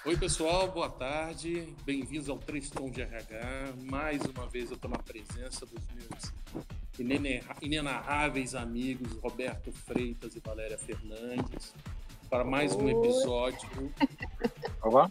Oi, pessoal, boa tarde. Bem-vindos ao Três Tons de RH. Mais uma vez eu estou na presença dos meus inenarráveis amigos Roberto Freitas e Valéria Fernandes para mais um episódio. Olá.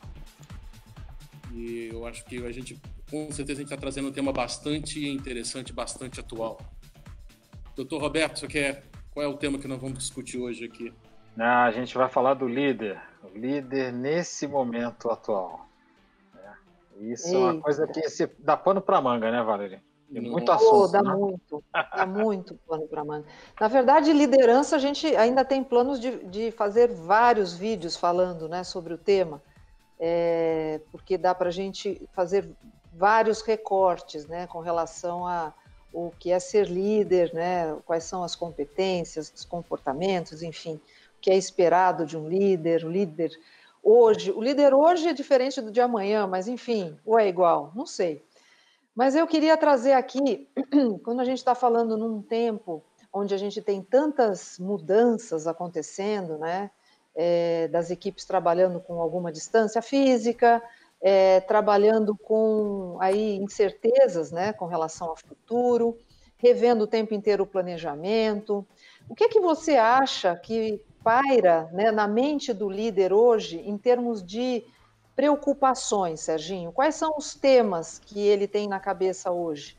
E eu acho que com certeza, a gente está trazendo um tema bastante interessante, bastante atual. Doutor Roberto, qual é o tema que nós vamos discutir hoje aqui? A gente vai falar do líder, o líder nesse momento atual. Isso é uma coisa que se dá pano para manga, né, Valeria? Tem muito assunto, dá né? Dá muito pano para manga. Na verdade, liderança, a gente ainda tem planos de fazer vários vídeos falando, né, sobre o tema, porque dá para a gente fazer vários recortes, né, com relação a o que é ser líder, né, quais são as competências, os comportamentos, enfim, o que é esperado de um líder, o líder hoje é diferente do de amanhã, mas enfim, ou é igual, não sei. Mas eu queria trazer aqui, quando a gente está falando num tempo onde a gente tem tantas mudanças acontecendo, né, das equipes trabalhando com alguma distância física, trabalhando com aí incertezas, né, com relação ao futuro, revendo o tempo inteiro o planejamento. O que é que você acha que paira, né, na mente do líder hoje em termos de preocupações, Serginho? Quais são os temas que ele tem na cabeça hoje?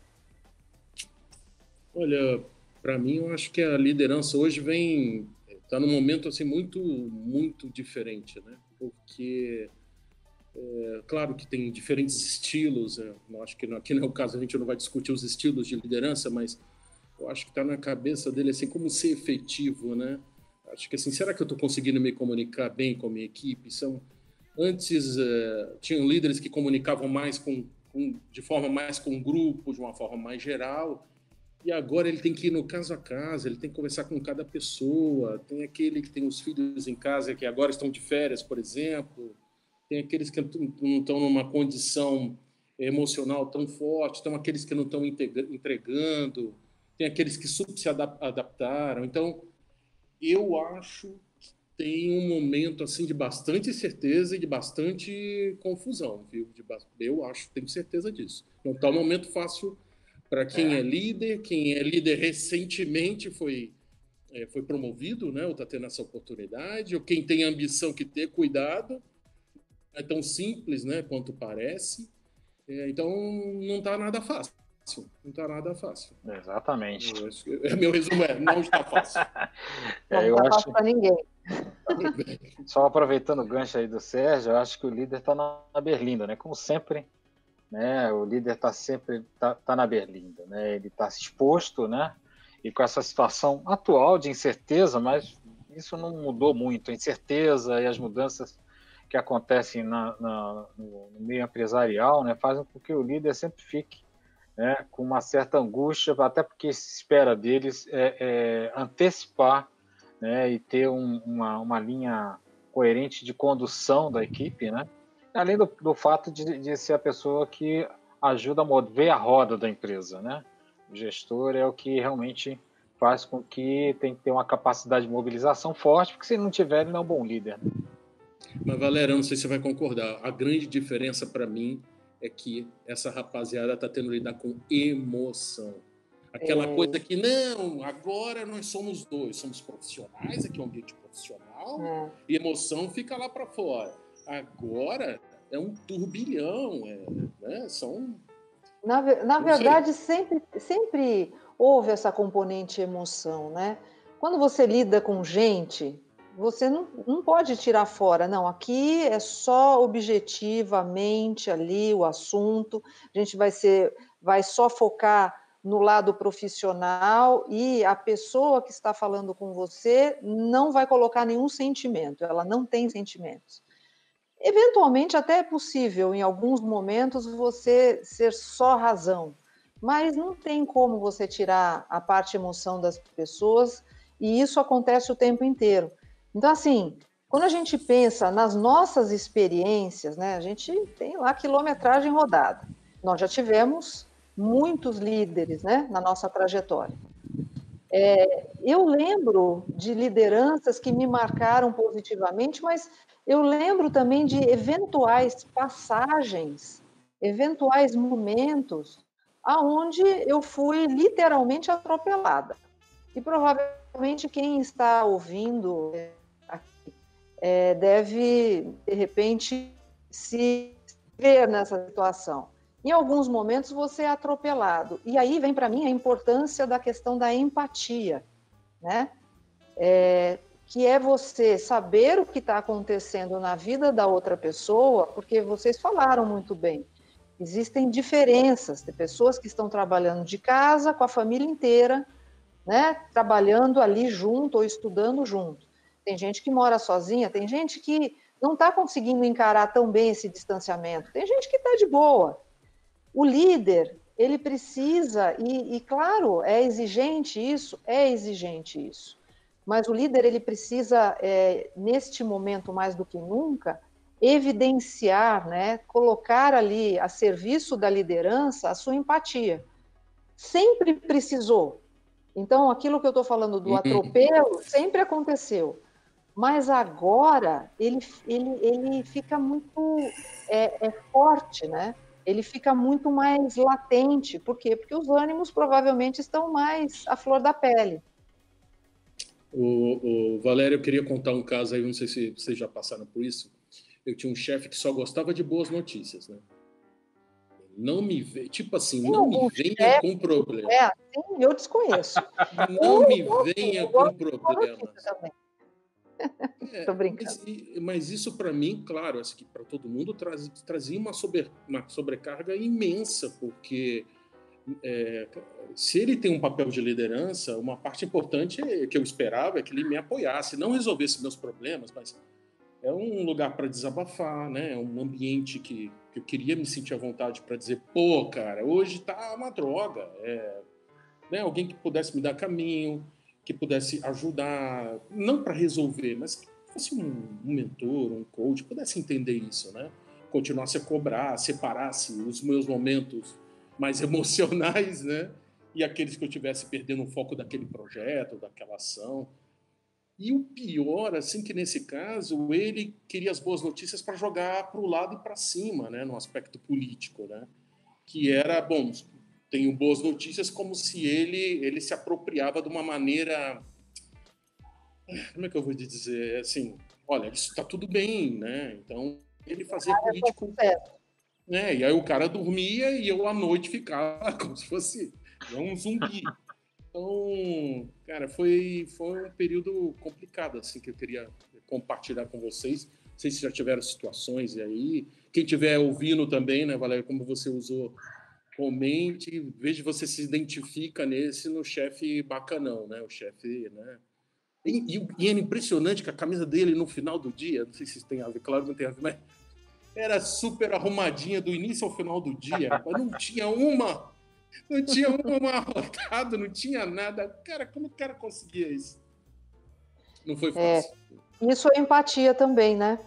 Olha, para mim, eu acho que a liderança hoje está num momento assim muito, muito diferente, né? Porque claro que tem diferentes estilos. Eu acho que aqui no caso a gente não vai discutir os estilos de liderança, mas eu acho que está na cabeça dele assim como ser efetivo, né? Acho que assim, será que eu estou conseguindo me comunicar bem com a minha equipe? Antes tinham líderes que comunicavam mais de forma mais com o grupo, de uma forma mais geral, e agora ele tem que ir no caso a caso, ele tem que conversar com cada pessoa. Tem aquele que tem os filhos em casa que agora estão de férias, por exemplo, tem aqueles que não estão numa condição emocional tão forte, tem aqueles que não estão entregando, tem aqueles que se adaptaram. Então, eu acho que tem um momento assim de bastante incerteza e de bastante confusão, viu? Tenho certeza disso. Não está um momento fácil para quem é líder recentemente foi promovido, né? Ou está tendo essa oportunidade, ou quem tem ambição que ter cuidado. É tão simples, né, quanto parece. Então, não está nada fácil. Não está nada fácil. Exatamente. Meu resumo não está fácil. Não está fácil para ninguém. Só aproveitando o gancho aí do Sérgio, eu acho que o líder está na berlinda, né? Como sempre, né? O líder está sempre tá na berlinda, né? Ele está exposto, né? E com essa situação atual de incerteza, mas isso não mudou muito. A incerteza e as mudanças que acontecem no meio empresarial, né, fazem com que o líder sempre fique, né, com uma certa angústia, até porque se espera deles antecipar, né, e ter uma linha coerente de condução da equipe, né, além do fato de ser a pessoa que ajuda a mover a roda da empresa, né? O gestor é o que realmente faz com que tem que ter uma capacidade de mobilização forte, porque se não tiver, ele não é um bom líder, né? Mas, Valéria, não sei se você vai concordar. A grande diferença para mim é que essa rapaziada está tendo que lidar com emoção. Aquela coisa que, não, agora nós somos somos profissionais, aqui é um ambiente profissional, e emoção fica lá para fora. Agora é um turbilhão, né? Na verdade, sempre houve essa componente emoção, né? Quando você lida com gente, você não pode tirar fora, não, aqui é só objetivamente ali o assunto, a gente vai só focar no lado profissional e a pessoa que está falando com você não vai colocar nenhum sentimento, ela não tem sentimentos. Eventualmente até é possível, em alguns momentos, você ser só razão, mas não tem como você tirar a parte emoção das pessoas e isso acontece o tempo inteiro. Então, assim, quando a gente pensa nas nossas experiências, né, a gente tem lá quilometragem rodada. Nós já tivemos muitos líderes, né, na nossa trajetória. Eu lembro de lideranças que me marcaram positivamente, mas eu lembro também de eventuais passagens, eventuais momentos aonde eu fui literalmente atropelada. E provavelmente quem está ouvindo aqui deve, de repente, se ver nessa situação. Em alguns momentos você é atropelado. E aí vem para mim a importância da questão da empatia, né? Que é você saber o que está acontecendo na vida da outra pessoa, porque vocês falaram muito bem. Existem diferenças, tem pessoas que estão trabalhando de casa com a família inteira, né? Trabalhando ali junto ou estudando junto. Tem gente que mora sozinha, tem gente que não está conseguindo encarar tão bem esse distanciamento, tem gente que está de boa. O líder, ele precisa, e claro, é exigente isso, mas o líder, ele precisa, neste momento mais do que nunca, evidenciar, né, colocar ali a serviço da liderança a sua empatia. Sempre precisou. Então, aquilo que eu estou falando do atropelo sempre aconteceu. Mas agora ele fica muito forte, né? Ele fica muito mais latente. Por quê? Porque os ânimos provavelmente estão mais à flor da pele. O Valério, eu queria contar um caso aí, não sei se vocês já passaram por isso. Eu tinha um chefe que só gostava de boas notícias, né? Não me tipo assim, não me venha com problema. Assim, eu desconheço. Não me venha com problemas. Tô brincando. Mas isso para mim, claro, assim, para todo mundo trazia uma sobrecarga imensa, porque se ele tem um papel de liderança, uma parte importante que eu esperava é que ele me apoiasse, não resolvesse meus problemas, mas é um lugar para desabafar, né? É um ambiente que eu queria me sentir à vontade para dizer, pô, cara, hoje tá uma droga. Né? Alguém que pudesse me dar caminho, que pudesse ajudar, não para resolver, mas que fosse um mentor, um coach, pudesse entender isso, né? Continuasse a cobrar, separasse os meus momentos mais emocionais, né? E aqueles que eu tivesse perdendo o foco daquele projeto, daquela ação. E o pior, assim, que nesse caso, ele queria as boas notícias para jogar para o lado e para cima, né? No aspecto político, né? Que era, bom, tenho boas notícias, como se ele se apropriava de uma maneira, como é que eu vou dizer, assim, olha, isso está tudo bem, né? Então ele fazia político, né? E aí o cara dormia e eu à noite ficava como se fosse um zumbi. Então, cara, foi um período complicado, assim, que eu queria compartilhar com vocês. Não sei se já tiveram situações aí. Quem estiver ouvindo também, né, Valéria, como você usou, comente, veja se você se identifica no chefe bacanão, né? O chefe, né? E era impressionante que a camisa dele no final do dia, não sei se tem a ver, claro, não tem a ver, mas era super arrumadinha do início ao final do dia, rapaz, não tinha uma arrotada, não tinha nada. Cara, como o cara conseguia isso? Não foi fácil. Isso é empatia também, né?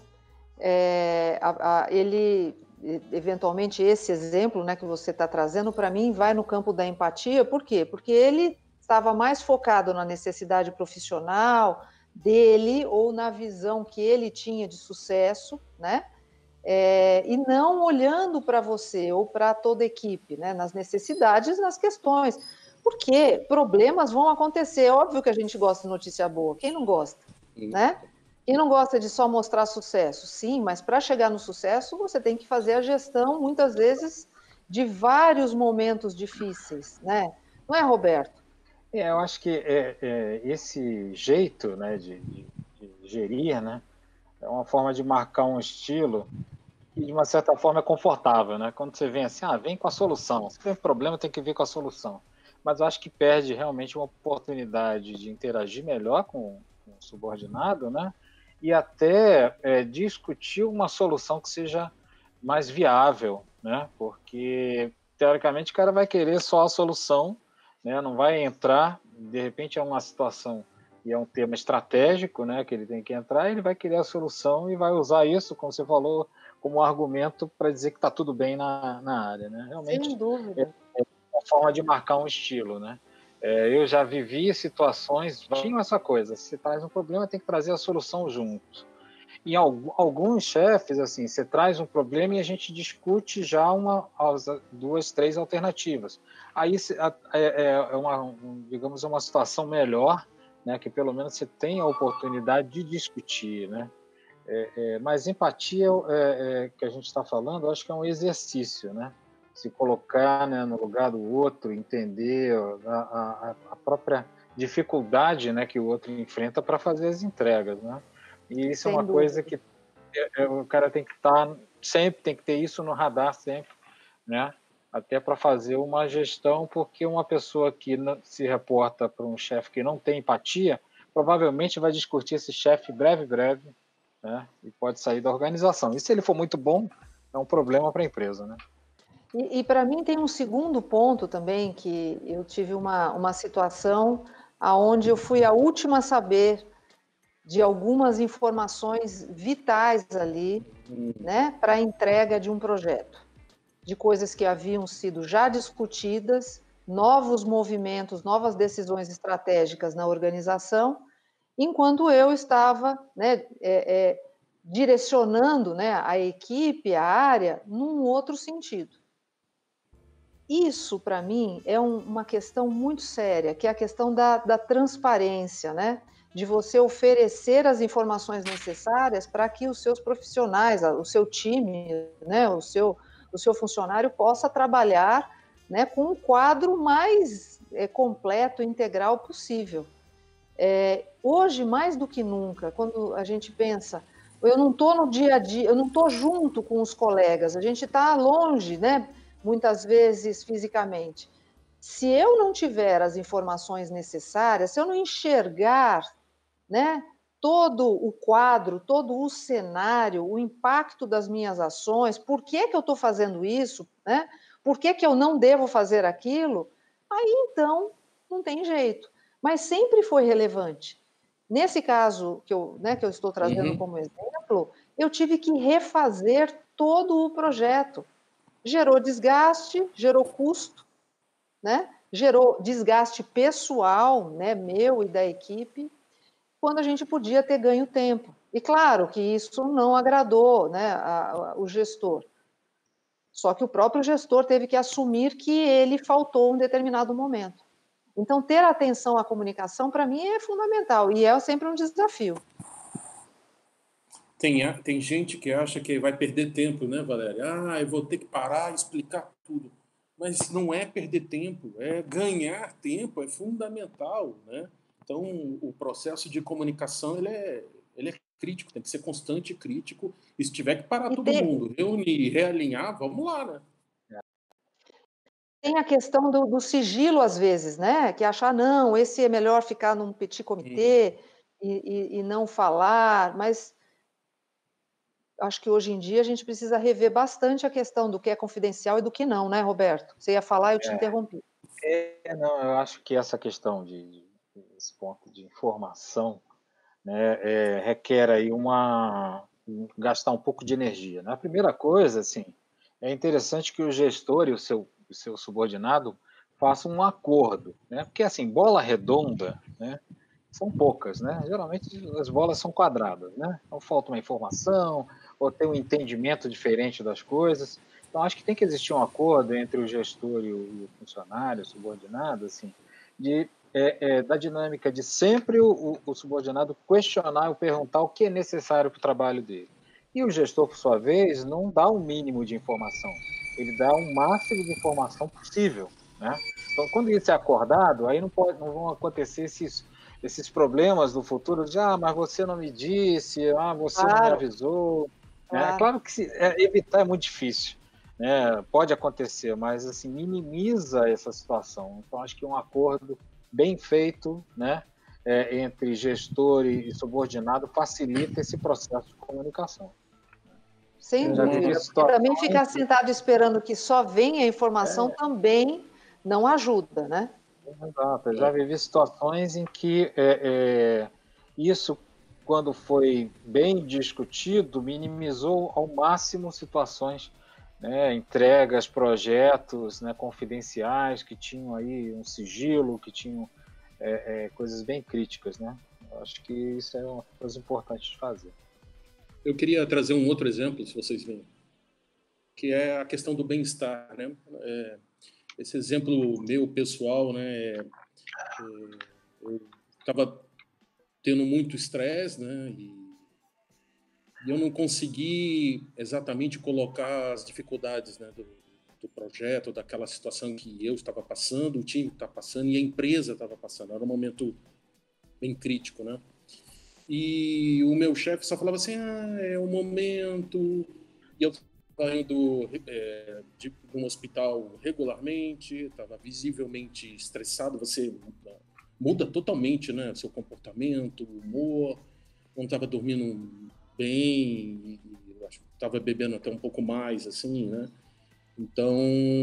Ele, eventualmente, esse exemplo, né, que você está trazendo, para mim, vai no campo da empatia. Por quê? Porque ele estava mais focado na necessidade profissional dele ou na visão que ele tinha de sucesso, né? E não olhando para você ou para toda a equipe, né? Nas necessidades, nas questões. Porque problemas vão acontecer. É óbvio que a gente gosta de notícia boa. Quem não gosta, né? Quem não gosta de só mostrar sucesso? Sim, mas para chegar no sucesso, você tem que fazer a gestão, muitas vezes, de vários momentos difíceis, né? Não é, Roberto? Eu acho que esse jeito, né, de gerir, né, é uma forma de marcar um estilo que, de uma certa forma, é confortável, né? Quando você vem assim, vem com a solução. Se tem problema, tem que vir com a solução. Mas eu acho que perde realmente uma oportunidade de interagir melhor com o subordinado, né? E até discutir uma solução que seja mais viável, né? Porque, teoricamente, o cara vai querer só a solução, né? Não vai entrar, de repente é uma situação e é um tema estratégico, né? Que ele tem que entrar, ele vai querer a solução e vai usar isso, como você falou, como argumento para dizer que está tudo bem na área, né? Realmente, sem dúvida. É uma forma de marcar um estilo, né? Eu já vivi situações, tinha essa coisa, se traz um problema, tem que trazer a solução junto. Em alguns chefes, assim, você traz um problema e a gente discute já duas, três alternativas. Aí digamos, uma situação melhor, né, que pelo menos você tem a oportunidade de discutir, né? Mas empatia, que a gente está falando, eu acho que é um exercício, né? Se colocar, né, no lugar do outro, entender a própria dificuldade, né, que o outro enfrenta para fazer as entregas, né? E isso é uma coisa que o cara tem que estar sempre, tem que ter isso no radar sempre, né? Até para fazer uma gestão, porque uma pessoa que se reporta para um chefe que não tem empatia, provavelmente vai discutir esse chefe breve, né? E pode sair da organização. E se ele for muito bom, é um problema para a empresa, né? E para mim tem um segundo ponto também, que eu tive uma situação onde eu fui a última a saber de algumas informações vitais ali, né, para a entrega de um projeto, de coisas que haviam sido já discutidas, novos movimentos, novas decisões estratégicas na organização, enquanto eu estava, né, direcionando, né, a equipe, a área, num outro sentido. Isso, para mim, é uma questão muito séria, que é a questão da transparência, né? De você oferecer as informações necessárias para que os seus profissionais, o seu time, né, o seu funcionário possa trabalhar, né, com um quadro mais completo e integral possível. Hoje, mais do que nunca, quando a gente pensa, eu não estou no dia a dia, eu não estou junto com os colegas, a gente está longe, né, muitas vezes fisicamente. Se eu não tiver as informações necessárias, se eu não enxergar, né, todo o quadro, todo o cenário, o impacto das minhas ações, por que eu estou fazendo isso, né? Por que eu não devo fazer aquilo? Aí, então, não tem jeito. Mas sempre foi relevante. Nesse caso que eu estou trazendo como exemplo, eu tive que refazer todo o projeto. Gerou desgaste, gerou custo, né? Gerou desgaste pessoal, né, meu e da equipe, quando a gente podia ter ganho tempo. E claro que isso não agradou, né, o gestor. Só que o próprio gestor teve que assumir que ele faltou em um determinado momento. Então, ter atenção à comunicação, para mim, é fundamental e é sempre um desafio. Tem gente que acha que vai perder tempo, né, Valéria? Eu vou ter que parar e explicar tudo. Mas não é perder tempo, é ganhar tempo, é fundamental, né? Então, o processo de comunicação, ele é crítico, tem que ser constante e crítico. E se tiver que parar todo mundo, reunir, realinhar, vamos lá, né? Tem a questão do sigilo, às vezes, né? Que achar, não, esse é melhor ficar num petit comitê e não falar, mas acho que hoje em dia a gente precisa rever bastante a questão do que é confidencial e do que não, né, Roberto? Você ia falar, eu te interrompi. Não, eu acho que essa questão esse ponto de informação, né, requer aí gastar um pouco de energia, né? A primeira coisa, assim, é interessante que o gestor e o seu subordinado façam um acordo, né? Porque assim, bola redonda, né, são poucas, né? Geralmente as bolas são quadradas, né? Então falta uma informação ou tem um entendimento diferente das coisas. Então acho que tem que existir um acordo entre o gestor e o funcionário, o subordinado, assim, da dinâmica de sempre o subordinado questionar ou perguntar o que é necessário para o trabalho dele. E o gestor, por sua vez, não dá o mínimo de informação, ele dá o máximo de informação possível, né? Então, quando isso é acordado, aí não vão acontecer esses problemas do futuro de, mas você não me disse, você não me avisou. Claro. É claro que evitar é muito difícil, né? Pode acontecer, mas assim, minimiza essa situação. Então, acho que um acordo bem feito, né, entre gestor e subordinado facilita esse processo de comunicação. Sem dúvida. Também ficar sentado esperando que só venha a informação também não ajuda, né? Exato. Eu já vivi situações em que isso, quando foi bem discutido, minimizou ao máximo situações né, entregas, projetos, né, confidenciais que tinham aí um sigilo, que tinham coisas bem críticas, né? Eu acho que isso é uma coisa importante de fazer. Eu queria trazer um outro exemplo, se vocês veem, que é a questão do bem-estar, né? Esse exemplo meu pessoal, né? Eu estava tendo muito estresse, né? E eu não consegui exatamente colocar as dificuldades, né, do projeto, daquela situação que eu estava passando, o time estava passando e a empresa estava passando. Era um momento bem crítico, né? E o meu chefe só falava assim, é um momento. E eu estava indo de um hospital regularmente, estava visivelmente estressado, você muda totalmente, né, seu comportamento, humor, não estava dormindo bem, e acho que estava bebendo até um pouco mais, assim, né? Então,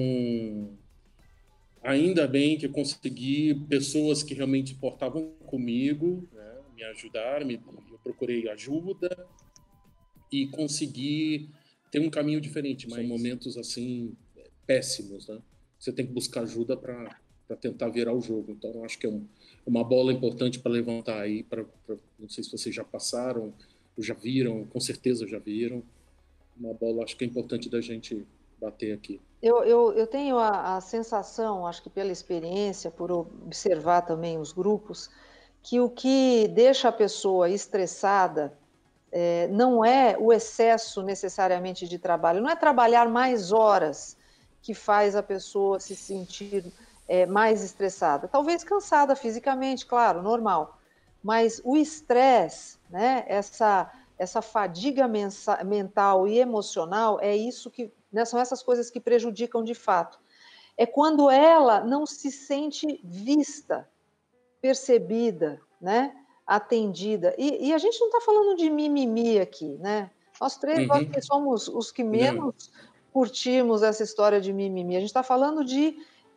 ainda bem que eu consegui pessoas que realmente importavam comigo, né, me ajudaram, eu procurei ajuda e consegui ter um caminho diferente. São momentos, assim, péssimos, né? Você tem que buscar ajuda para tentar virar o jogo. Então, eu acho que é uma bola importante para levantar aí. Não sei se vocês já passaram, ou já viram, com certeza já viram. Uma bola, acho que é importante da gente bater aqui. Eu tenho a sensação, acho que pela experiência, por observar também os grupos, que o que deixa a pessoa estressada não é o excesso necessariamente de trabalho, não é trabalhar mais horas que faz a pessoa se sentir mais estressada. Talvez cansada fisicamente, claro, normal, mas o estresse, né, essa fadiga mental e emocional, é isso que, né, são essas coisas que prejudicam de fato. É quando ela não se sente vista, percebida, né, atendida. E a gente não está falando de mimimi aqui, né? Nós três, nós que somos os que menos curtimos essa história de mimimi. A gente está falando de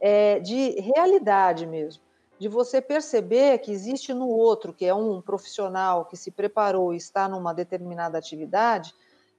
realidade mesmo, de você perceber que existe no outro, que é um profissional que se preparou e está numa determinada atividade,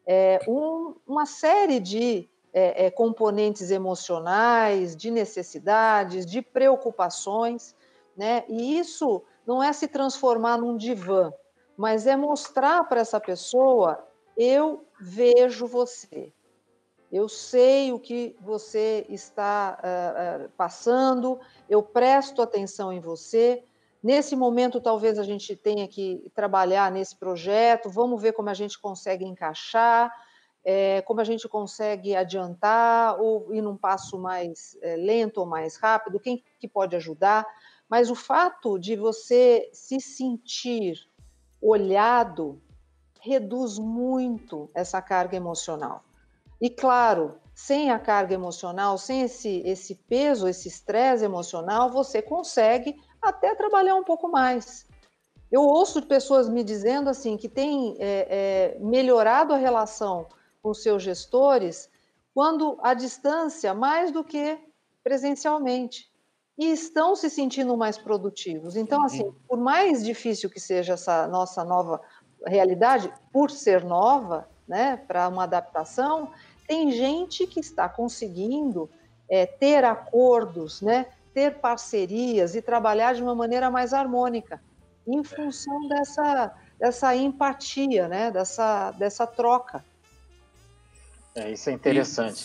uma série de componentes emocionais, de necessidades, de preocupações, né? E isso não é se transformar num divã, mas é mostrar para essa pessoa: eu vejo você, eu sei o que você está passando, eu presto atenção em você. Nesse momento, talvez a gente tenha que trabalhar nesse projeto, vamos ver como a gente consegue encaixar, como a gente consegue adiantar ou ir num passo mais lento ou mais rápido, quem que pode ajudar. Mas o fato de você se sentir olhado reduz muito essa carga emocional. E claro, sem a carga emocional, sem esse peso, esse estresse emocional, você consegue até trabalhar um pouco mais. Eu ouço pessoas me dizendo assim que têm melhorado a relação com seus gestores quando à distância mais do que presencialmente. E estão se sentindo mais produtivos. Então, assim, por mais difícil que seja essa nossa nova realidade, por ser nova, né, para uma adaptação, tem gente que está conseguindo ter acordos, né, ter parcerias e trabalhar de uma maneira mais harmônica, em função dessa empatia, né, dessa troca. Isso é interessante.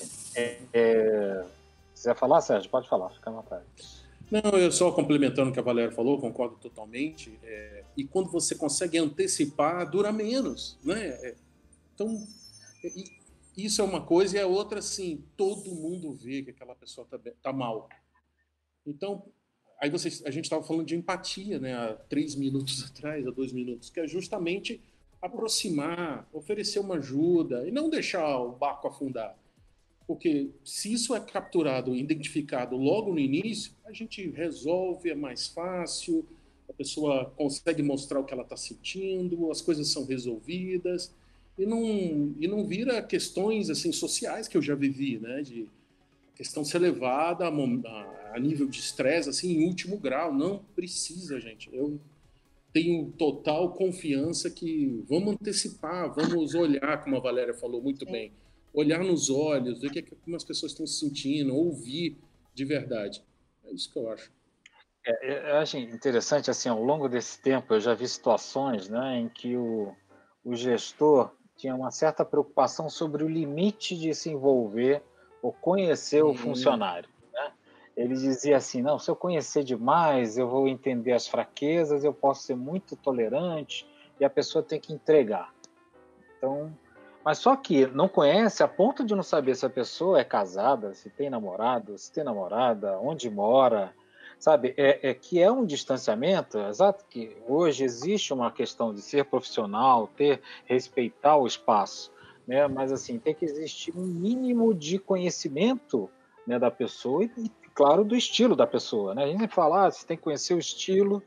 Você vai falar, Sérgio? Pode falar, fica à vontade. Não, eu só complementando o que a Valéria falou, concordo totalmente. E quando você consegue antecipar, dura menos, né? Então, isso é uma coisa, e a outra, assim, todo mundo vê que aquela pessoa tá mal. Então, aí a gente estava falando de empatia, né? Há 3 minutos atrás, há 2 minutos, que é justamente aproximar, oferecer uma ajuda e não deixar o barco afundar. Porque se isso é capturado, identificado logo no início, a gente resolve, é mais fácil, a pessoa consegue mostrar o que ela está sentindo, as coisas são resolvidas, e não vira questões assim sociais que eu já vivi, né? De questão ser levada a nível de estresse, assim, em último grau. Não precisa, gente. Eu tenho total confiança que vamos antecipar, vamos olhar, como a Valéria falou muito bem, olhar nos olhos, ver como as pessoas estão se sentindo, ouvir de verdade. É isso que eu acho. Eu acho interessante, assim, ao longo desse tempo, eu já vi situações, né, em que o gestor tinha uma certa preocupação sobre o limite de se envolver ou conhecer o funcionário, né? Ele dizia assim, não, se eu conhecer demais, eu vou entender as fraquezas, eu posso ser muito tolerante e a pessoa tem que entregar. Então, mas só que não conhece a ponto de não saber se a pessoa é casada, se tem namorado, se tem namorada, onde mora, sabe? Que é um distanciamento, exato, que hoje existe uma questão de ser profissional, respeitar o espaço, né? Mas assim, tem que existir um mínimo de conhecimento, né, da pessoa e claro, do estilo da pessoa, né? A gente fala, você tem que conhecer o estilo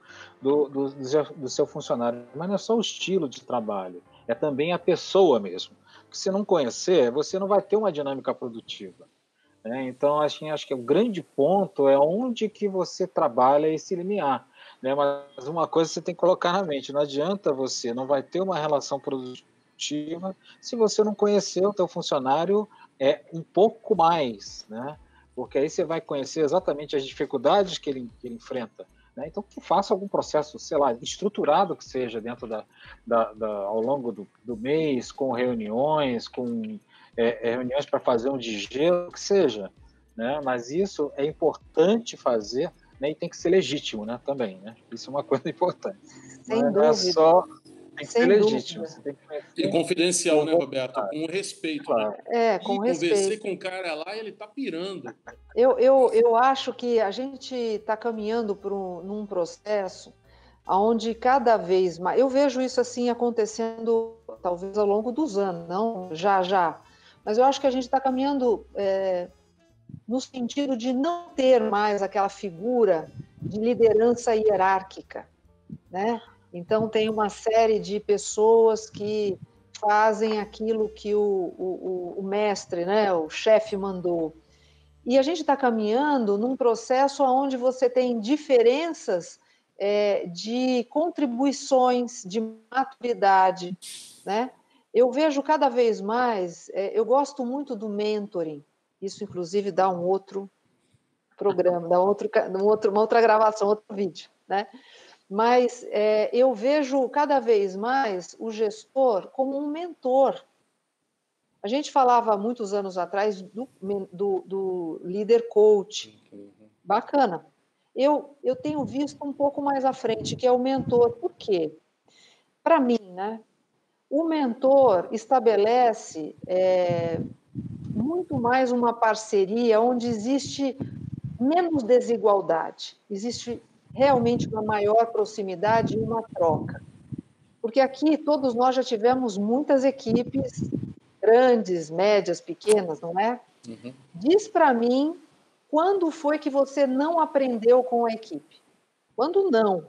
do seu funcionário, mas não é só o estilo de trabalho, é também a pessoa mesmo. Porque se não conhecer, você não vai ter uma dinâmica produtiva, né? Então, acho que o grande ponto é onde que você trabalha esse limiar, né? Mas uma coisa você tem que colocar na mente, não adianta você, não vai ter uma relação produtiva se você não conhecer o teu funcionário um pouco mais, né? Porque aí você vai conhecer exatamente as dificuldades que ele enfrenta, né? Então, que faça algum processo, sei lá, estruturado que seja dentro ao longo do mês, com reuniões, com reuniões para fazer um digero, que seja, né? Mas isso é importante fazer, né? E tem que ser legítimo, né? Também, né? Isso é uma coisa importante. Sem não é dúvida. só tem que ser Sem legítimo. dúvida. Você tem que conhecer E confidencial, né, Roberto? Com respeito, claro. né? Com conversei respeito. com o cara lá e ele tá pirando. Eu acho que a gente está caminhando num processo onde cada vez mais... Eu vejo isso assim acontecendo talvez ao longo dos anos, não já. Mas eu acho que a gente está caminhando no sentido de não ter mais aquela figura de liderança hierárquica, né? Então, tem uma série de pessoas que fazem aquilo que o mestre, né, o chefe mandou. E a gente está caminhando num processo onde você tem diferenças de contribuições, de maturidade, né? Eu vejo cada vez mais, eu gosto muito do mentoring, isso inclusive dá um outro programa, dá uma outra gravação, outro vídeo, né? Mas eu vejo cada vez mais o gestor como um mentor. A gente falava muitos anos atrás do líder coach. Bacana. Eu tenho visto um pouco mais à frente, que é o mentor. Por quê? Para mim, né? O mentor estabelece muito mais uma parceria onde existe menos desigualdade, existe realmente uma maior proximidade e uma troca. Porque aqui todos nós já tivemos muitas equipes, grandes, médias, pequenas, não é? Uhum. Diz para mim quando foi que você não aprendeu com a equipe. Quando não.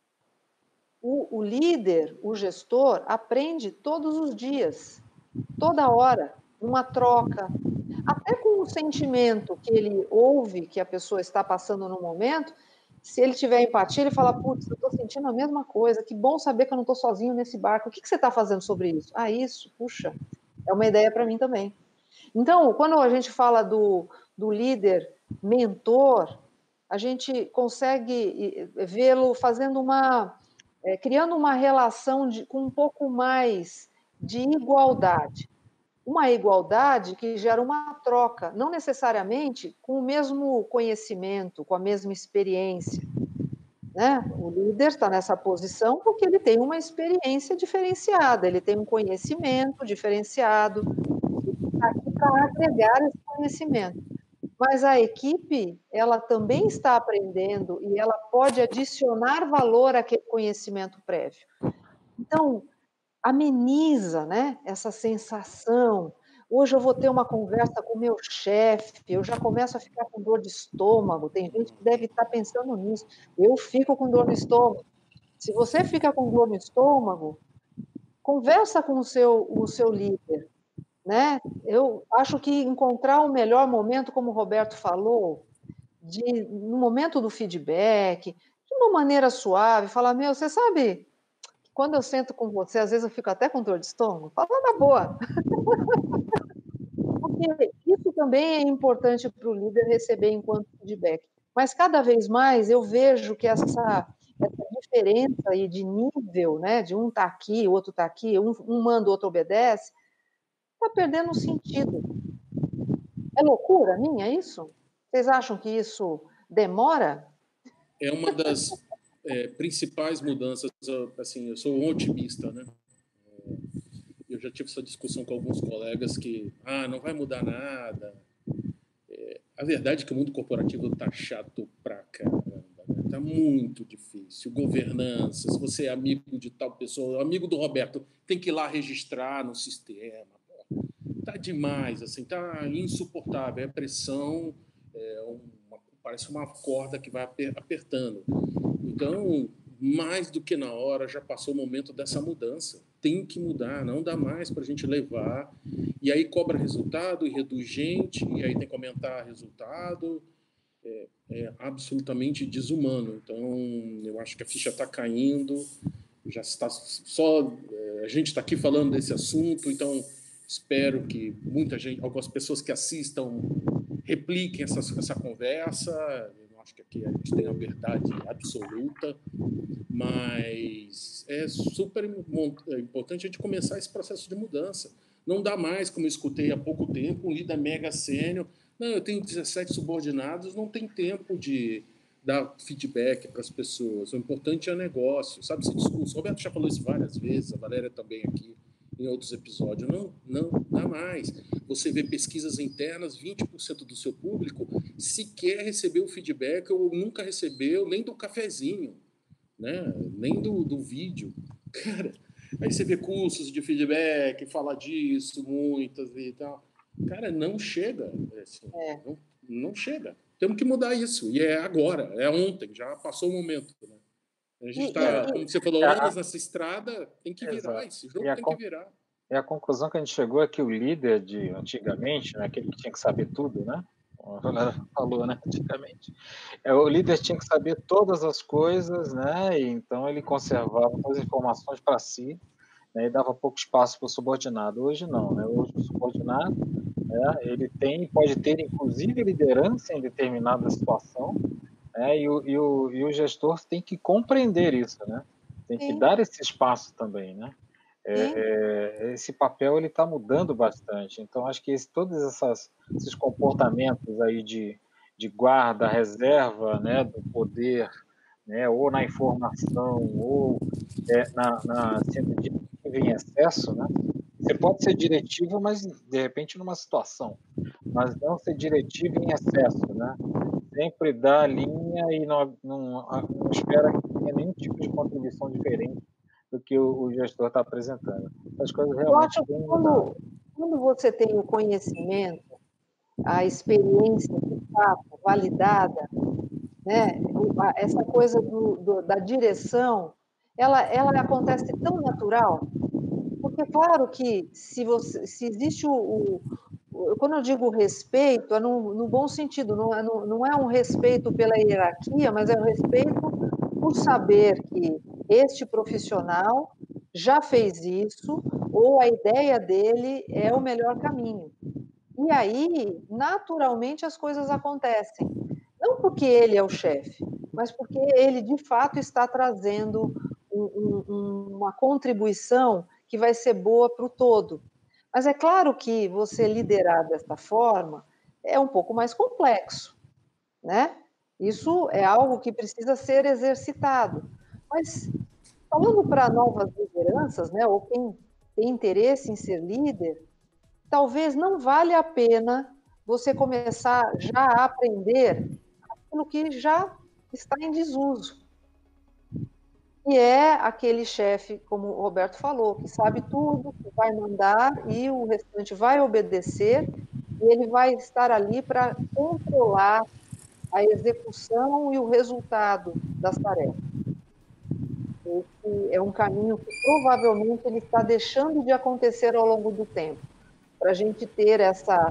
O líder, o gestor, aprende todos os dias, toda hora, numa troca, até com o sentimento que ele ouve que a pessoa está passando no momento. Se ele tiver empatia, ele fala, putz, eu estou sentindo a mesma coisa, que bom saber que eu não estou sozinho nesse barco. O que você está fazendo sobre isso? Ah, isso, puxa, é uma ideia para mim também. Então, quando a gente fala do líder mentor, a gente consegue vê-lo fazendo criando uma relação com um pouco mais de igualdade. Uma igualdade que gera uma troca, não necessariamente com o mesmo conhecimento, com a mesma experiência, né? O líder está nessa posição porque ele tem uma experiência diferenciada, ele tem um conhecimento diferenciado, ele está aqui para agregar esse conhecimento. Mas a equipe, ela também está aprendendo e ela pode adicionar valor àquele conhecimento prévio. Então, ameniza, né, essa sensação. Hoje eu vou ter uma conversa com o meu chefe, eu já começo a ficar com dor de estômago. Tem gente que deve estar pensando nisso. Eu fico com dor no estômago. Se você fica com dor no estômago, conversa com o seu líder, né? Eu acho que encontrar o melhor momento, como o Roberto falou, no momento do feedback, de uma maneira suave, falar, meu, você sabe, quando eu sento com você, às vezes eu fico até com dor de estômago, fala na boa. porque isso também é importante para o líder receber enquanto feedback. Mas cada vez mais eu vejo que essa diferença aí de nível, né, de um está aqui, o outro está aqui, um manda, o outro obedece, está perdendo sentido. É loucura minha isso? Vocês acham que isso demora? É uma das principais mudanças. Assim, eu sou um otimista, né? Eu já tive essa discussão com alguns colegas que não vai mudar nada. A verdade é que o mundo corporativo está chato pra caramba, né? Tá muito difícil. Governança, se você é amigo de tal pessoa, amigo do Roberto, tem que ir lá registrar no sistema. Tá demais, assim, tá insuportável. É pressão, parece uma corda que vai apertando. Então, mais do que na hora, já passou o momento dessa mudança. Tem que mudar, não dá mais para a gente levar. E aí cobra resultado e reduz gente, e aí tem que aumentar resultado. É absolutamente desumano. Então, eu acho que a ficha está caindo. Já está só a gente está aqui falando desse assunto, então espero que muita gente, algumas pessoas que assistam, repliquem essa conversa. Eu não acho que aqui a gente tem a verdade absoluta, mas é super importante a gente começar esse processo de mudança. Não dá mais, como eu escutei há pouco tempo, um líder mega sênior. Não, eu tenho 17 subordinados, não tem tempo de dar feedback para as pessoas. O importante é o negócio, sabe esse discurso? O Roberto já falou isso várias vezes, a Valéria também aqui em outros episódios. Não dá mais. Você vê pesquisas internas, 20% do seu público sequer recebeu o feedback ou nunca recebeu nem do cafezinho, né? Nem do vídeo. Cara, aí você vê cursos de feedback, fala disso, muitas e tal. Cara, não chega. Assim, não chega. Temos que mudar isso. E é agora, é ontem, já passou o momento. Né? A gente está, como você falou, anos nessa estrada, tem que virar. Esse jogo tem que virar. E a conclusão que a gente chegou é que o líder de antigamente, né, aquele que tinha que saber tudo, né? Como a galera falou, né, antigamente. O líder tinha que saber todas as coisas, né? E então ele conservava todas as informações para si, né, e dava pouco espaço para o subordinado. Hoje não, né? Hoje o subordinado, né, ele pode ter inclusive liderança em determinada situação, né? E o gestor tem que compreender isso, né? Tem que dar esse espaço também, né? Esse papel ele está mudando bastante. Então acho que todos esses comportamentos aí de guarda, reserva, né, do poder, né, ou na informação ou sendo diretivo em excesso, né? Você pode ser diretivo, mas de repente numa situação, mas não ser diretivo em excesso, né? Sempre dá a linha e não espera que tenha nenhum tipo de contribuição diferente do que o gestor está apresentando. As coisas realmente eu acho que quando você tem o conhecimento, a experiência de fato validada, né, essa coisa da direção, ela acontece tão natural, porque claro que se existe quando eu digo respeito, é no bom sentido, não é um respeito pela hierarquia, mas é um respeito por saber que este profissional já fez isso, ou a ideia dele é o melhor caminho. E aí, naturalmente, as coisas acontecem. Não porque ele é o chefe, mas porque ele, de fato, está trazendo uma contribuição que vai ser boa para o todo. Mas é claro que você liderar dessa forma é um pouco mais complexo, né? Isso é algo que precisa ser exercitado. Mas, falando para novas lideranças, né, ou quem tem interesse em ser líder, talvez não valha a pena você começar já a aprender aquilo que já está em desuso. E é aquele chefe, como o Roberto falou, que sabe tudo, que vai mandar e o restante vai obedecer, e ele vai estar ali para controlar a execução e o resultado das tarefas. Esse é um caminho que provavelmente ele está deixando de acontecer ao longo do tempo, para a gente ter essa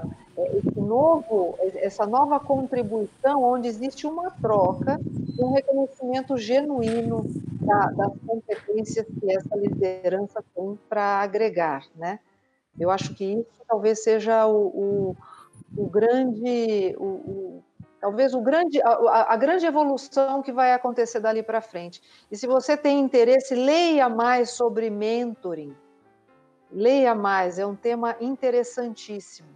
nova contribuição, onde existe uma troca, um reconhecimento genuíno das competências que essa liderança tem para agregar, né? Eu acho que isso talvez seja talvez a grande evolução que vai acontecer dali para frente. E se você tem interesse, leia mais sobre mentoring. Leia mais, é um tema interessantíssimo.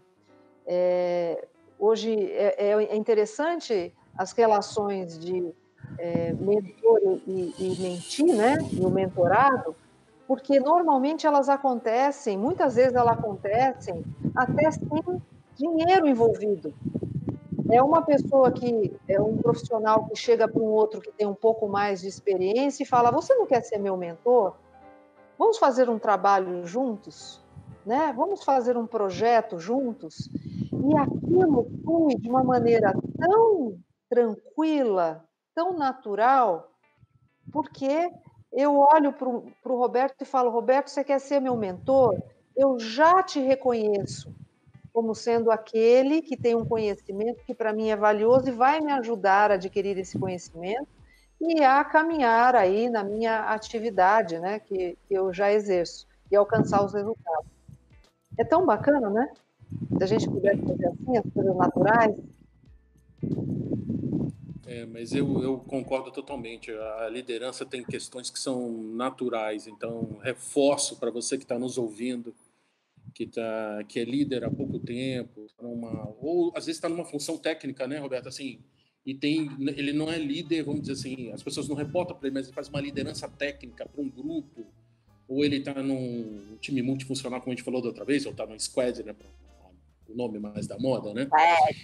Hoje é interessante as relações de mentor e mentir, né? E o mentorado, porque normalmente elas acontecem, muitas vezes elas acontecem até sem dinheiro envolvido. É uma pessoa é um profissional que chega para um outro que tem um pouco mais de experiência e fala: você não quer ser meu mentor? Vamos fazer um trabalho juntos? Né? Vamos fazer um projeto juntos? E aquilo flui de uma maneira tão tranquila, tão natural, porque eu olho para o Roberto e falo: Roberto, você quer ser meu mentor? Eu já te reconheço como sendo aquele que tem um conhecimento que para mim é valioso e vai me ajudar a adquirir esse conhecimento e a caminhar aí na minha atividade, né, que eu já exerço, e alcançar os resultados. É tão bacana, né? Se a gente pudesse fazer assim, as coisas naturais. Mas eu concordo totalmente. A liderança tem questões que são naturais, então reforço para você que está nos ouvindo, que é líder há pouco tempo, ou às vezes está numa função técnica, né, Roberto? Assim, ele não é líder, vamos dizer assim, as pessoas não reportam para ele, mas ele faz uma liderança técnica para um grupo, ou ele está num time multifuncional, como a gente falou da outra vez, ou está num squad, né? O nome mais da moda, né?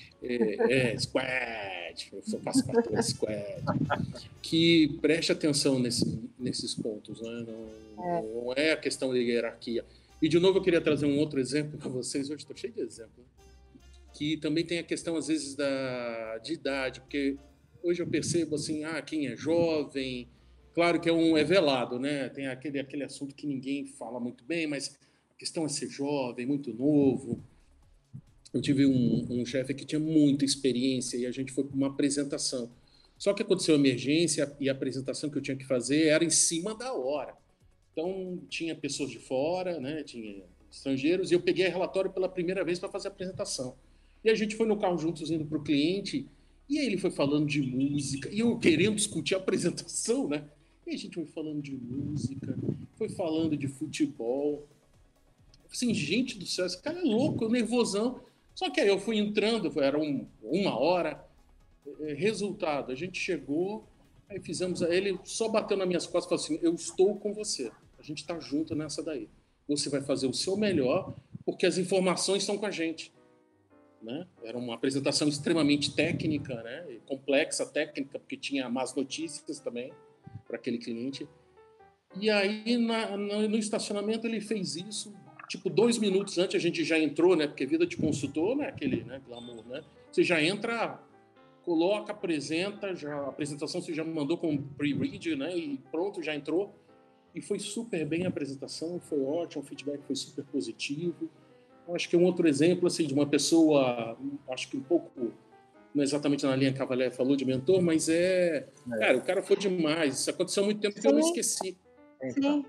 Squad. Eu faço parte do squad. Que preste atenção nesses pontos, né? Não é a questão de hierarquia. E, de novo, eu queria trazer um outro exemplo para vocês. Hoje estou cheio de exemplos. Que também tem a questão, às vezes, de idade. Porque hoje eu percebo, assim, quem é jovem... Claro que é velado, né? Tem aquele assunto que ninguém fala muito bem, mas a questão é ser jovem, muito novo. Eu tive um chefe que tinha muita experiência e a gente foi para uma apresentação. Só que aconteceu emergência e a apresentação que eu tinha que fazer era em cima da hora. Então, tinha pessoas de fora, né? Tinha estrangeiros, e eu peguei relatório pela primeira vez para fazer a apresentação. E a gente foi no carro juntos indo para o cliente, e aí ele foi falando de música, e eu querendo discutir a apresentação, né? E a gente foi falando de música, foi falando de futebol. Assim, gente do céu, esse cara é louco, nervosão. Só que aí eu fui entrando, era uma hora. Resultado, a gente chegou, aí fizemos. Ele só bateu nas minhas costas e falou assim: eu estou com você, a gente está junto nessa daí. Você vai fazer o seu melhor, porque as informações estão com a gente. Né? Era uma apresentação extremamente técnica, né? Complexa, técnica, porque tinha más notícias também para aquele cliente. E aí, no estacionamento, ele fez isso. Tipo, 2 minutos antes a gente já entrou, né? Porque vida de consultor, né? Aquele, né? Glamour, né? Você já entra, coloca, apresenta, a apresentação você já mandou com pre-read, né? E pronto, já entrou. E foi super bem a apresentação, foi ótimo, o feedback foi super positivo. Eu acho que é um outro exemplo, assim, de uma pessoa, acho que um pouco, não exatamente na linha que a Valéria falou de mentor, mas cara, o cara foi demais. Isso aconteceu há muito tempo que eu não esqueci. Sim.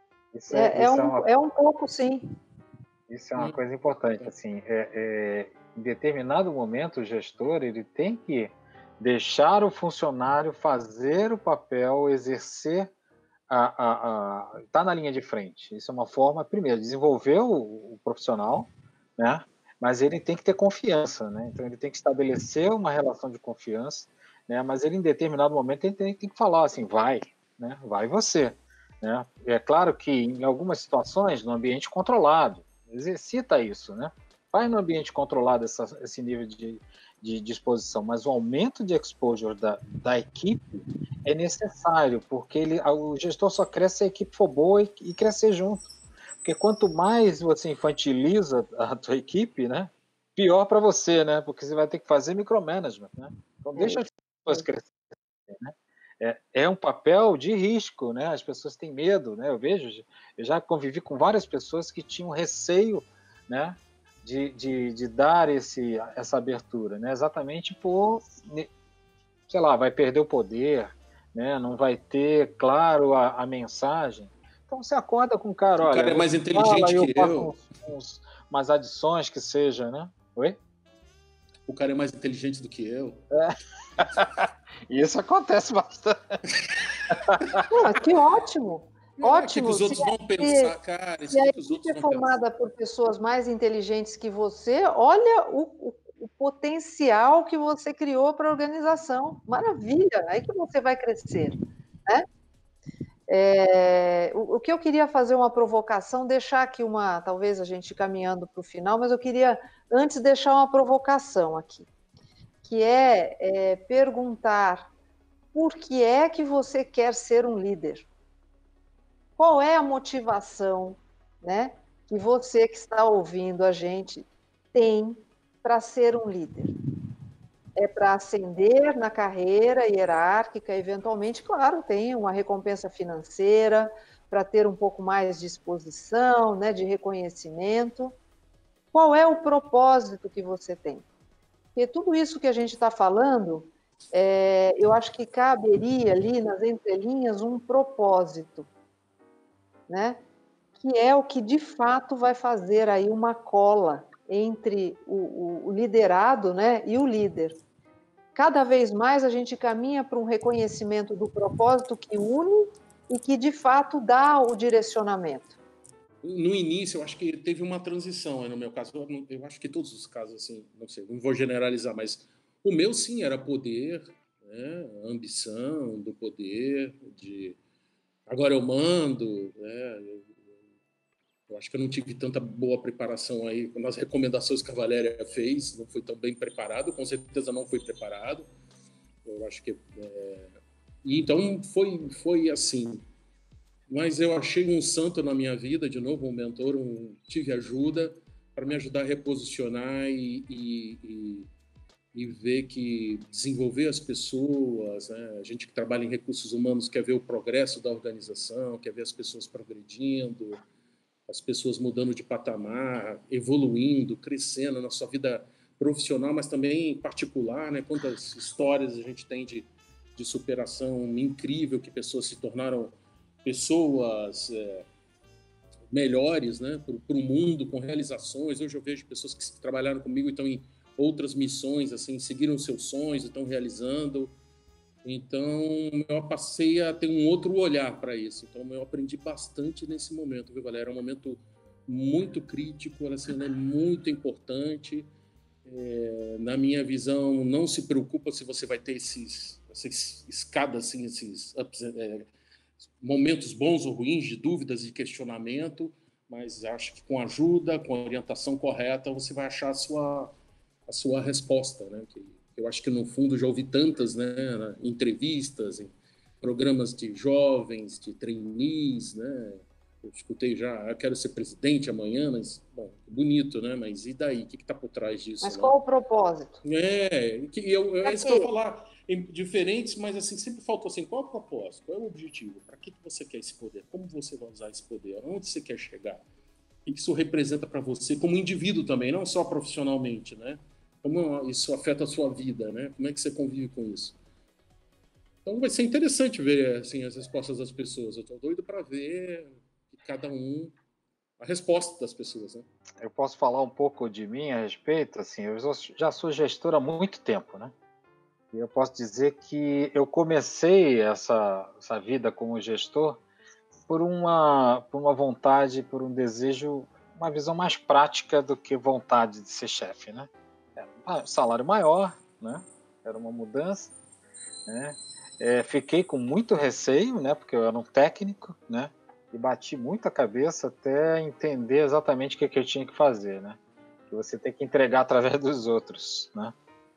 É um pouco, sim. Isso é uma coisa importante. Assim, em determinado momento, o gestor ele tem que deixar o funcionário fazer o papel, exercer, tá na linha de frente. Isso é uma forma, primeiro, desenvolver o profissional, né? Mas ele tem que ter confiança, né? Então ele tem que estabelecer uma relação de confiança, né? Mas ele, em determinado momento, ele tem que falar assim: vai, né? Vai você. Né? É claro que em algumas situações, no ambiente controlado, exercita isso, né? Vai no ambiente controlado esse nível de exposição, mas o aumento de exposure da equipe é necessário, porque o gestor só cresce se a equipe for boa e crescer junto. Porque quanto mais você infantiliza a tua equipe, né, pior para você, né? Porque você vai ter que fazer micromanagement, né? Então deixa as pessoas crescerem, né? É um papel de risco, né? As pessoas têm medo, né? Eu já convivi com várias pessoas que tinham receio, né, de dar essa abertura, né? Exatamente por, sei lá, vai perder o poder, né? Não vai ter claro a mensagem. Então você acorda com o cara, olha... O cara é mais inteligente que eu. Umas adições que seja, né? Oi? O cara é mais inteligente do que eu. Isso acontece bastante. Que ótimo! Ótimo! Que os outros vão pensar, cara, isso que os outros vão pensar. Se a equipe é formada por pessoas mais inteligentes que você, olha o potencial que você criou para a organização. Maravilha! Aí que você vai crescer, né? O que eu queria fazer uma provocação, deixar aqui talvez a gente caminhando para o final, mas eu queria antes deixar uma provocação aqui, que é perguntar por que é que você quer ser um líder? Qual é a motivação, né, que você que está ouvindo a gente tem para ser um líder? É para ascender na carreira hierárquica, eventualmente, claro, tem uma recompensa financeira, para ter um pouco mais de exposição, né, de reconhecimento. Qual é o propósito que você tem? Porque tudo isso que a gente está falando, eu acho que caberia ali nas entrelinhas um propósito, né? Que é o que de fato vai fazer aí uma cola entre o liderado, né, e o líder. Cada vez mais a gente caminha para um reconhecimento do propósito que une e que, de fato, dá o direcionamento. No início, eu acho que teve uma transição. No meu caso, eu acho que todos os casos, assim, não sei, não vou generalizar, mas o meu, sim, era poder, né, a ambição do poder, de agora eu mando, né, eu acho que eu não tive tanta boa preparação aí nas recomendações que a Valéria fez, não fui tão bem preparado, com certeza não fui preparado. Eu acho que e então foi assim. Mas eu achei um santo na minha vida, de novo, um mentor, tive ajuda para me ajudar a reposicionar e ver que desenvolver as pessoas, né? A gente que trabalha em recursos humanos quer ver o progresso da organização, quer ver as pessoas progredindo, as pessoas mudando de patamar, evoluindo, crescendo na sua vida profissional, mas também particular, né? Quantas histórias a gente tem de superação incrível, que pessoas se tornaram pessoas melhores, né? Para o mundo, com realizações. Hoje eu vejo pessoas que trabalharam comigo e estão em outras missões, assim, seguiram seus sonhos e estão realizando. Então, eu passei a ter um outro olhar para isso. Então, eu aprendi bastante nesse momento, viu, galera? É um momento muito crítico, assim, né? Muito importante. Na minha visão, não se preocupa se você vai ter essas escadas, assim, esses momentos bons ou ruins, de dúvidas e questionamento, mas acho que com ajuda, com a orientação correta, você vai achar a sua resposta, né? Eu acho que, no fundo, já ouvi tantas, né, entrevistas, em programas de jovens, de trainees, né? Eu escutei já, eu quero ser presidente amanhã, mas, bom, bonito, né? Mas e daí? O que está por trás disso? Mas né? qual o propósito? É isso que eu ia falar. Diferentes, mas assim, sempre faltou assim, qual é o propósito? Qual é o objetivo? Para que você quer esse poder? Como você vai usar esse poder? Onde você quer chegar? O que isso representa para você como indivíduo também, não só profissionalmente, né? Como isso afeta a sua vida, né? Como é que você convive com isso? Então vai ser interessante ver assim, as respostas das pessoas. Eu estou doido para ver cada um, a resposta das pessoas, né? Eu posso falar um pouco de mim a respeito? Assim, eu já sou gestor há muito tempo, né? E eu posso dizer que eu comecei essa vida como gestor por uma vontade, por um desejo, uma visão mais prática do que vontade de ser chefe, né? Era um salário maior, né? Era uma mudança, né? Fiquei com muito receio, né? Porque eu era um técnico, né? E bati muito a cabeça até entender exatamente o que eu tinha que fazer, né? Que você tem que entregar através dos outros, né?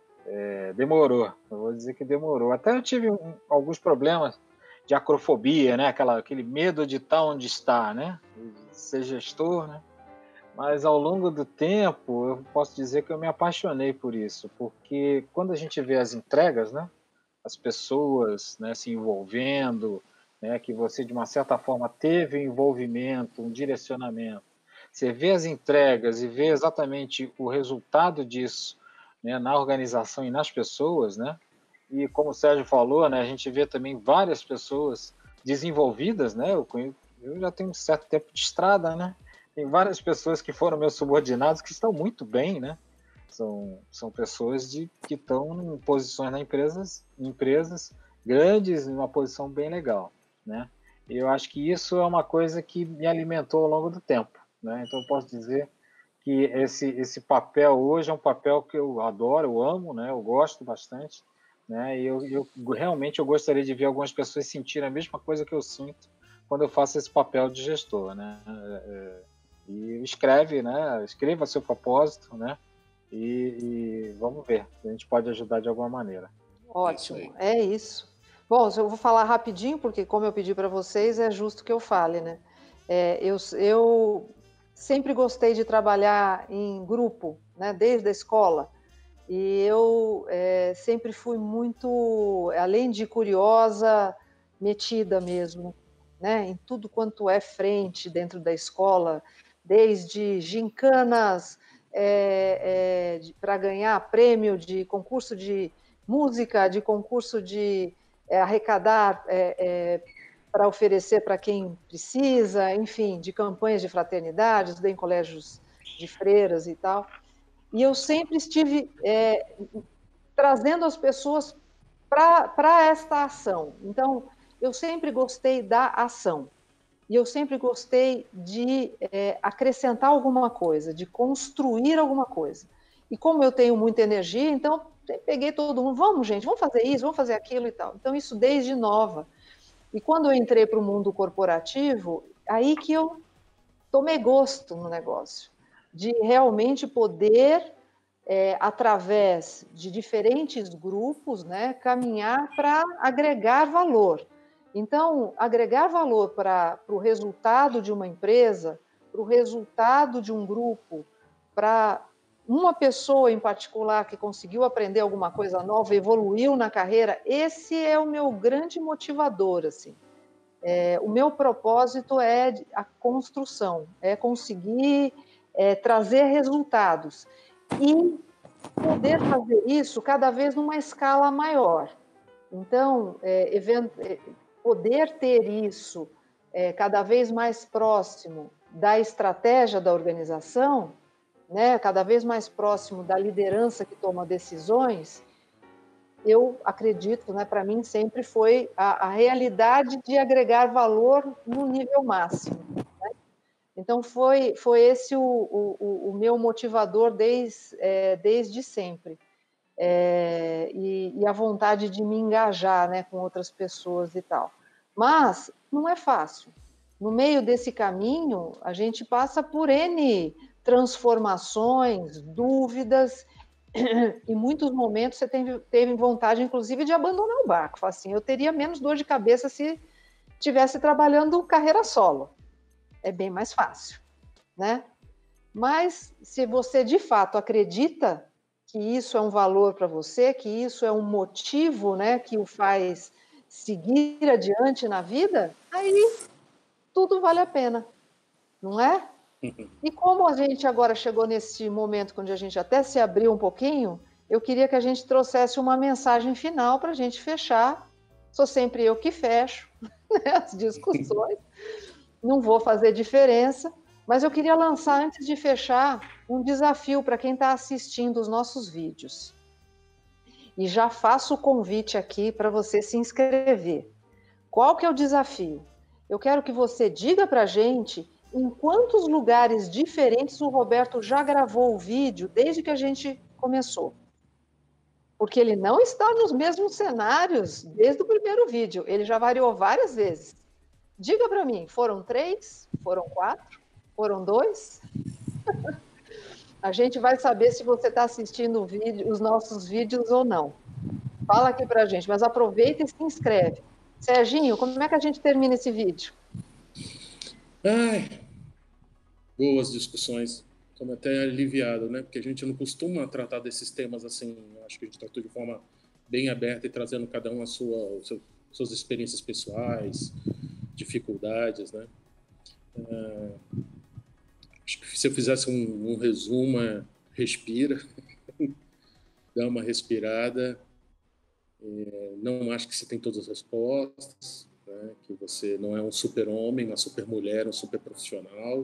Demorou, eu vou dizer que demorou. Até eu tive alguns problemas de acrofobia, né? Aquele medo de estar onde está, né? De ser gestor, né? Mas ao longo do tempo, eu posso dizer que eu me apaixonei por isso, porque quando a gente vê as entregas, né? As pessoas, né, se envolvendo, né, que você de uma certa forma teve um envolvimento, um direcionamento. Você vê as entregas e vê exatamente o resultado disso, né, na organização e nas pessoas, né? E como o Sérgio falou, né, a gente vê também várias pessoas desenvolvidas, né? Eu eu já tenho um certo tempo de estrada, né? Tem várias pessoas que foram meus subordinados que estão muito bem, né? São pessoas que estão em posições em empresas grandes, em uma posição bem legal, né? E eu acho que isso é uma coisa que me alimentou ao longo do tempo, né? Então eu posso dizer que esse papel hoje é um papel que eu adoro, eu amo, né? Eu gosto bastante, né? E eu realmente eu gostaria de ver algumas pessoas sentirem a mesma coisa que eu sinto quando eu faço esse papel de gestor, né? E escreve, né? Escreva seu propósito, né? E vamos ver se a gente pode ajudar de alguma maneira. Ótimo, é isso. Bom, eu vou falar rapidinho, porque como eu pedi para vocês, é justo que eu fale, né? Eu sempre gostei de trabalhar em grupo, né? Desde a escola. E eu sempre fui muito, além de curiosa, metida mesmo, né? Em tudo quanto é frente dentro da escola, desde gincanas para ganhar prêmio de concurso de música, de concurso de arrecadar para oferecer para quem precisa, enfim, de campanhas de fraternidade, estudei em colégios de freiras e tal. E eu sempre estive trazendo as pessoas para esta ação. Então, eu sempre gostei da ação. E eu sempre gostei de acrescentar alguma coisa, de construir alguma coisa. E como eu tenho muita energia, então peguei todo mundo, vamos gente, vamos fazer isso, vamos fazer aquilo e tal. Então isso desde nova. E quando eu entrei para o mundo corporativo, aí que eu tomei gosto no negócio, de realmente poder, através de diferentes grupos, né, caminhar para agregar valor. Então, agregar valor para o resultado de uma empresa, para o resultado de um grupo, para uma pessoa em particular que conseguiu aprender alguma coisa nova, evoluiu na carreira, esse é o meu grande motivador, assim. O meu propósito é a construção, é conseguir trazer resultados e poder fazer isso cada vez numa escala maior. Então, poder ter isso cada vez mais próximo da estratégia da organização, né, cada vez mais próximo da liderança que toma decisões, eu acredito, né, para mim sempre foi a realidade de agregar valor no nível máximo. Né? Então, foi esse o meu motivador desde sempre. E a vontade de me engajar, né, com outras pessoas e tal. Mas não é fácil. No meio desse caminho, a gente passa por N transformações, dúvidas, em muitos momentos você teve vontade, inclusive, de abandonar o barco. Fala assim, eu teria menos dor de cabeça se estivesse trabalhando carreira solo. É bem mais fácil, né? Mas se você de fato acredita que isso é um valor para você, que isso é um motivo, né, que o faz seguir adiante na vida, aí tudo vale a pena, não é? E como a gente agora chegou nesse momento onde a gente até se abriu um pouquinho, eu queria que a gente trouxesse uma mensagem final para a gente fechar. Sou sempre eu que fecho, né, as discussões, não vou fazer diferença, mas eu queria lançar, antes de fechar, um desafio para quem está assistindo os nossos vídeos. E já faço o convite aqui para você se inscrever. Qual que é o desafio? Eu quero que você diga para a gente em quantos lugares diferentes o Roberto já gravou o vídeo desde que a gente começou. Porque ele não está nos mesmos cenários desde o primeiro vídeo, ele já variou várias vezes. Diga para mim, foram 3? Foram 4? Foram 2? A gente vai saber se você está assistindo os nossos vídeos ou não. Fala aqui para a gente, mas aproveita e se inscreve. Serginho, como é que a gente termina esse vídeo? Ai, boas discussões. Estou até aliviado, né? Porque a gente não costuma tratar desses temas assim. Eu acho que a gente tratou de forma bem aberta e trazendo cada um suas experiências pessoais, dificuldades, né? Acho que se eu fizesse um resumo, respira, dá uma respirada. Não acho que você tem todas as respostas, né? né? Que você não é um super-homem, uma super-mulher, um super-profissional.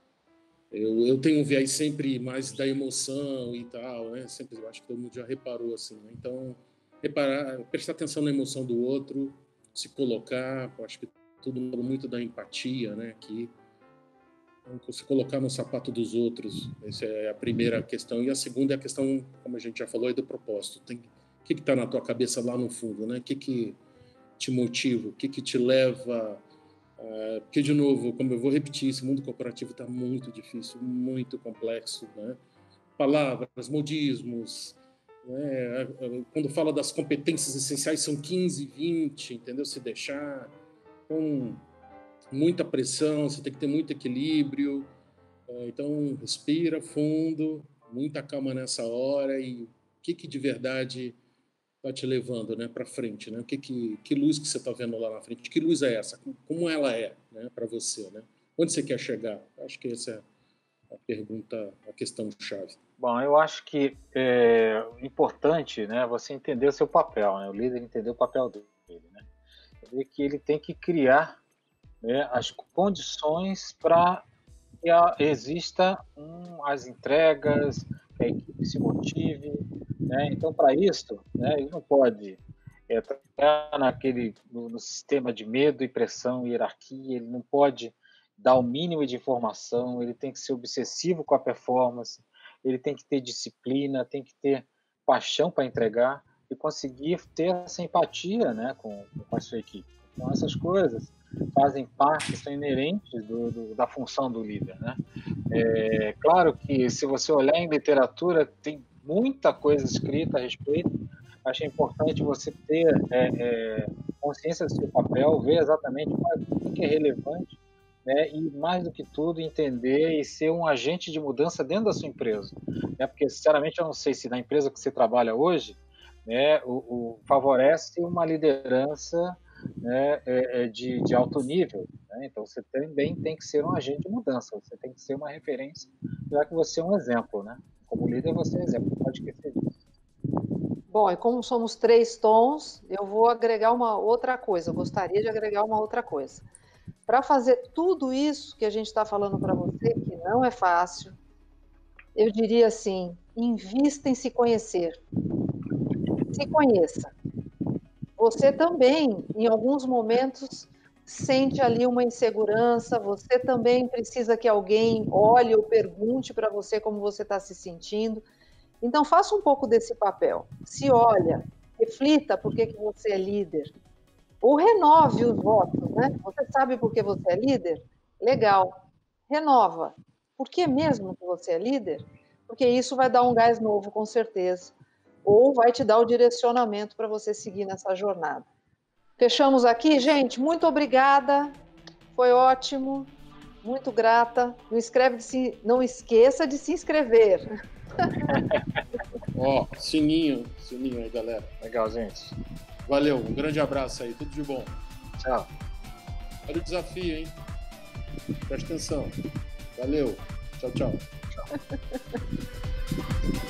Eu tenho um viés sempre mais da emoção e tal, né? Sempre, eu acho que todo mundo já reparou assim, né? Então, prestar atenção na emoção do outro, se colocar, eu acho que tudo muito da empatia, né? Aqui, então, se colocar no sapato dos outros, essa é a primeira questão. E a segunda é a questão, como a gente já falou, é do propósito. O que está na tua cabeça lá no fundo, né? O que te motiva? O que te leva? Porque, de novo, como eu vou repetir, esse mundo corporativo está muito difícil, muito complexo, né? Palavras, modismos, né? Quando fala das competências essenciais, são 15, 20, entendeu? Se deixar. Então, muita pressão, você tem que ter muito equilíbrio. Então, respira fundo, muita calma nessa hora e o que de verdade está te levando, né, para frente, né? Que luz que você está vendo lá na frente? Que luz é essa? Como ela é, né, para você, né? Onde você quer chegar? Acho que essa é a pergunta, a questão chave. Bom, eu acho que é importante, né, você entender o seu papel, né? O líder entender o papel dele, né? Entender que ele tem que criar, né, as condições para que exista as entregas, que a equipe se motive, né? Então, para isso, né, ele não pode entrar no sistema de medo e pressão e hierarquia, ele não pode dar o mínimo de informação, ele tem que ser obsessivo com a performance, ele tem que ter disciplina, tem que ter paixão para entregar e conseguir ter essa empatia, né, com a sua equipe. Então, essas coisas fazem parte, são inerentes da função do líder, né? Claro que, se você olhar em literatura, tem muita coisa escrita a respeito. Acho importante você ter consciência do seu papel, ver exatamente o que é relevante, né? E, mais do que tudo, entender e ser um agente de mudança dentro da sua empresa, né? Porque, sinceramente, eu não sei se na empresa que você trabalha hoje, né, favorece uma liderança, né, de alto nível, né? Então você também tem que ser um agente de mudança, você tem que ser uma referência, já que você é um exemplo, né? Como líder você é exemplo, não pode esquecer disso. Bom, e como somos 3 tons, eu vou agregar uma outra coisa, eu gostaria de agregar uma outra coisa. Para fazer tudo isso que a gente está falando para você, que não é fácil, eu diria assim, invista em se conhecer. Se conheça. Você também, em alguns momentos, sente ali uma insegurança, você também precisa que alguém olhe ou pergunte para você como você está se sentindo. Então, faça um pouco desse papel. Se olha, reflita por que você é líder. Ou renove os votos, né? Você sabe por que você é líder? Legal. Renova. Por que mesmo que você é líder? Porque isso vai dar um gás novo, com certeza. Ou vai te dar o direcionamento para você seguir nessa jornada. Fechamos aqui, gente? Muito obrigada. Foi ótimo. Muito grata. Não esqueça de se inscrever. Sininho aí, galera. Legal, gente. Valeu, um grande abraço aí, tudo de bom. Tchau. Olha o desafio, hein? Presta atenção. Valeu. Tchau, tchau. Tchau.